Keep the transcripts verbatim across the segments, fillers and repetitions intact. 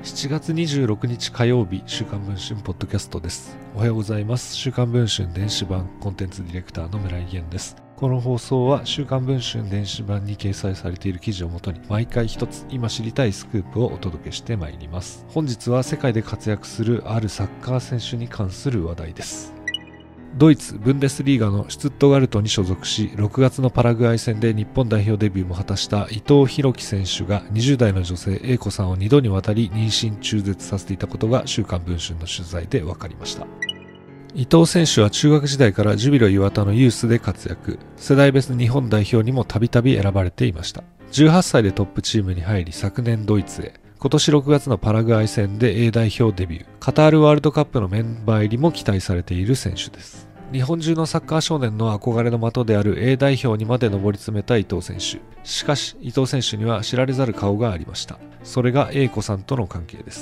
しちがつにじゅうろくにち火曜日、週刊文春ポッドキャストです。おはようございます。週刊文春電子版コンテンツディレクターの村井源です。この放送は週刊文春電子版に掲載されている記事をもとに毎回一つ今知りたいスクープをお届けしてまいります。本日は世界で活躍するあるサッカー選手に関する話題です。ドイツブンデスリーガのシュツットガルトに所属し、ろくがつのパラグアイ戦で日本代表デビューも果たした伊藤洋輝選手がにじゅう代の女性 A 子さんをにどにわたり妊娠中絶させていたことが週刊文春の取材で分かりました。伊藤選手は中学時代からジュビロ磐田のユースで活躍、世代別日本代表にもたびたび選ばれていました。じゅうはっさいでトップチームに入り、昨年ドイツへ、今年ろくがつのパラグアイ戦で A 代表デビュー、カタールワールドカップのメンバー入りも期待されている選手です。日本中のサッカー少年の憧れの的である A 代表にまで上り詰めた伊藤選手。しかし伊藤選手には知られざる顔がありました。それが A 子さんとの関係です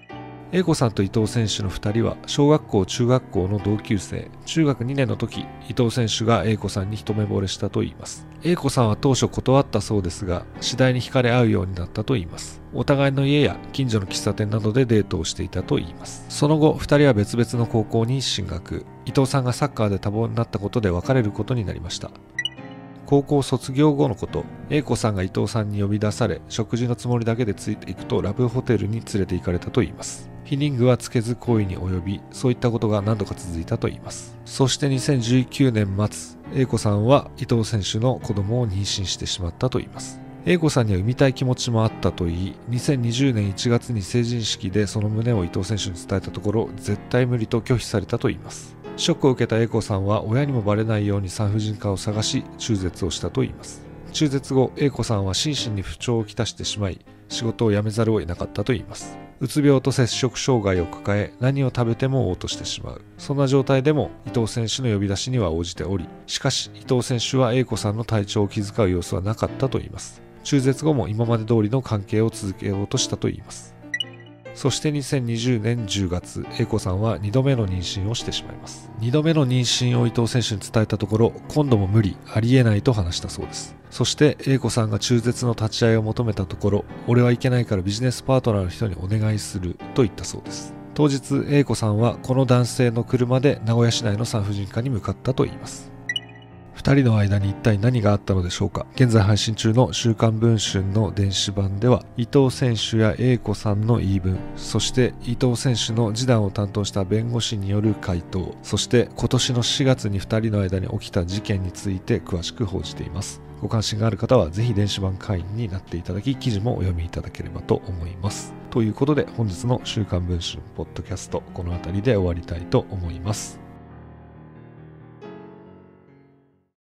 。A 子さんと伊藤選手のふたりは小学校中学校の同級生。中学にねんの時、伊藤選手が A 子さんに一目惚れしたといいます。A 子さんは当初断ったそうですが、次第に惹かれ合うようになったといいます。お互いの家や近所の喫茶店などでデートをしていたといいます。その後ふたりは別々の高校に進学。伊藤さんがサッカーで多忙になったことで別れることになりました。高校卒業後のこと、A 子さんが伊藤さんに呼び出され、食事のつもりだけでついていくとラブホテルに連れて行かれたといいます。避妊具はつけず行為に及び、そういったことが何度か続いたといいます。そしてにせんじゅうきゅうねん末、A 子さんは伊藤選手の子供を妊娠してしまったといいます。A 子さんには産みたい気持ちもあったといい、にせんにじゅうねんいちがつに成人式でその旨を伊藤選手に伝えたところ、絶対無理と拒否されたといいます。ショックを受けた A 子さんは親にもバレないように産婦人科を探し、中絶をしたといいます。中絶後、A 子さんは心身に不調をきたしてしまい、仕事を辞めざるを得なかったといいます。うつ病と摂食障害を抱え、何を食べても嘔吐してしまう。そんな状態でも伊藤選手の呼び出しには応じており、しかし伊藤選手は A 子さんの体調を気遣う様子はなかったといいます。中絶後も今まで通りの関係を続けようとしたといいます。そしてにせんにじゅうねんじゅうがつ、A 子さんはにどめの妊娠をしてしまいます。にどめの妊娠を伊藤選手に伝えたところ、今度も無理、ありえないと話したそうです。そして A 子さんが中絶の立ち会いを求めたところ、俺はいけないからビジネスパートナーの人にお願いすると言ったそうです。当日 A 子さんはこの男性の車で名古屋市内の産婦人科に向かったといいます。二人の間に一体何があったのでしょうか。現在配信中の週刊文春の電子版では、伊藤選手や A 子さんの言い分、そして伊藤選手の示談を担当した弁護士による回答、そして今年のしがつに二人の間に起きた事件について詳しく報じています。ご関心がある方はぜひ電子版会員になっていただき、記事もお読みいただければと思います。ということで本日の週刊文春ポッドキャスト、この辺りで終わりたいと思います。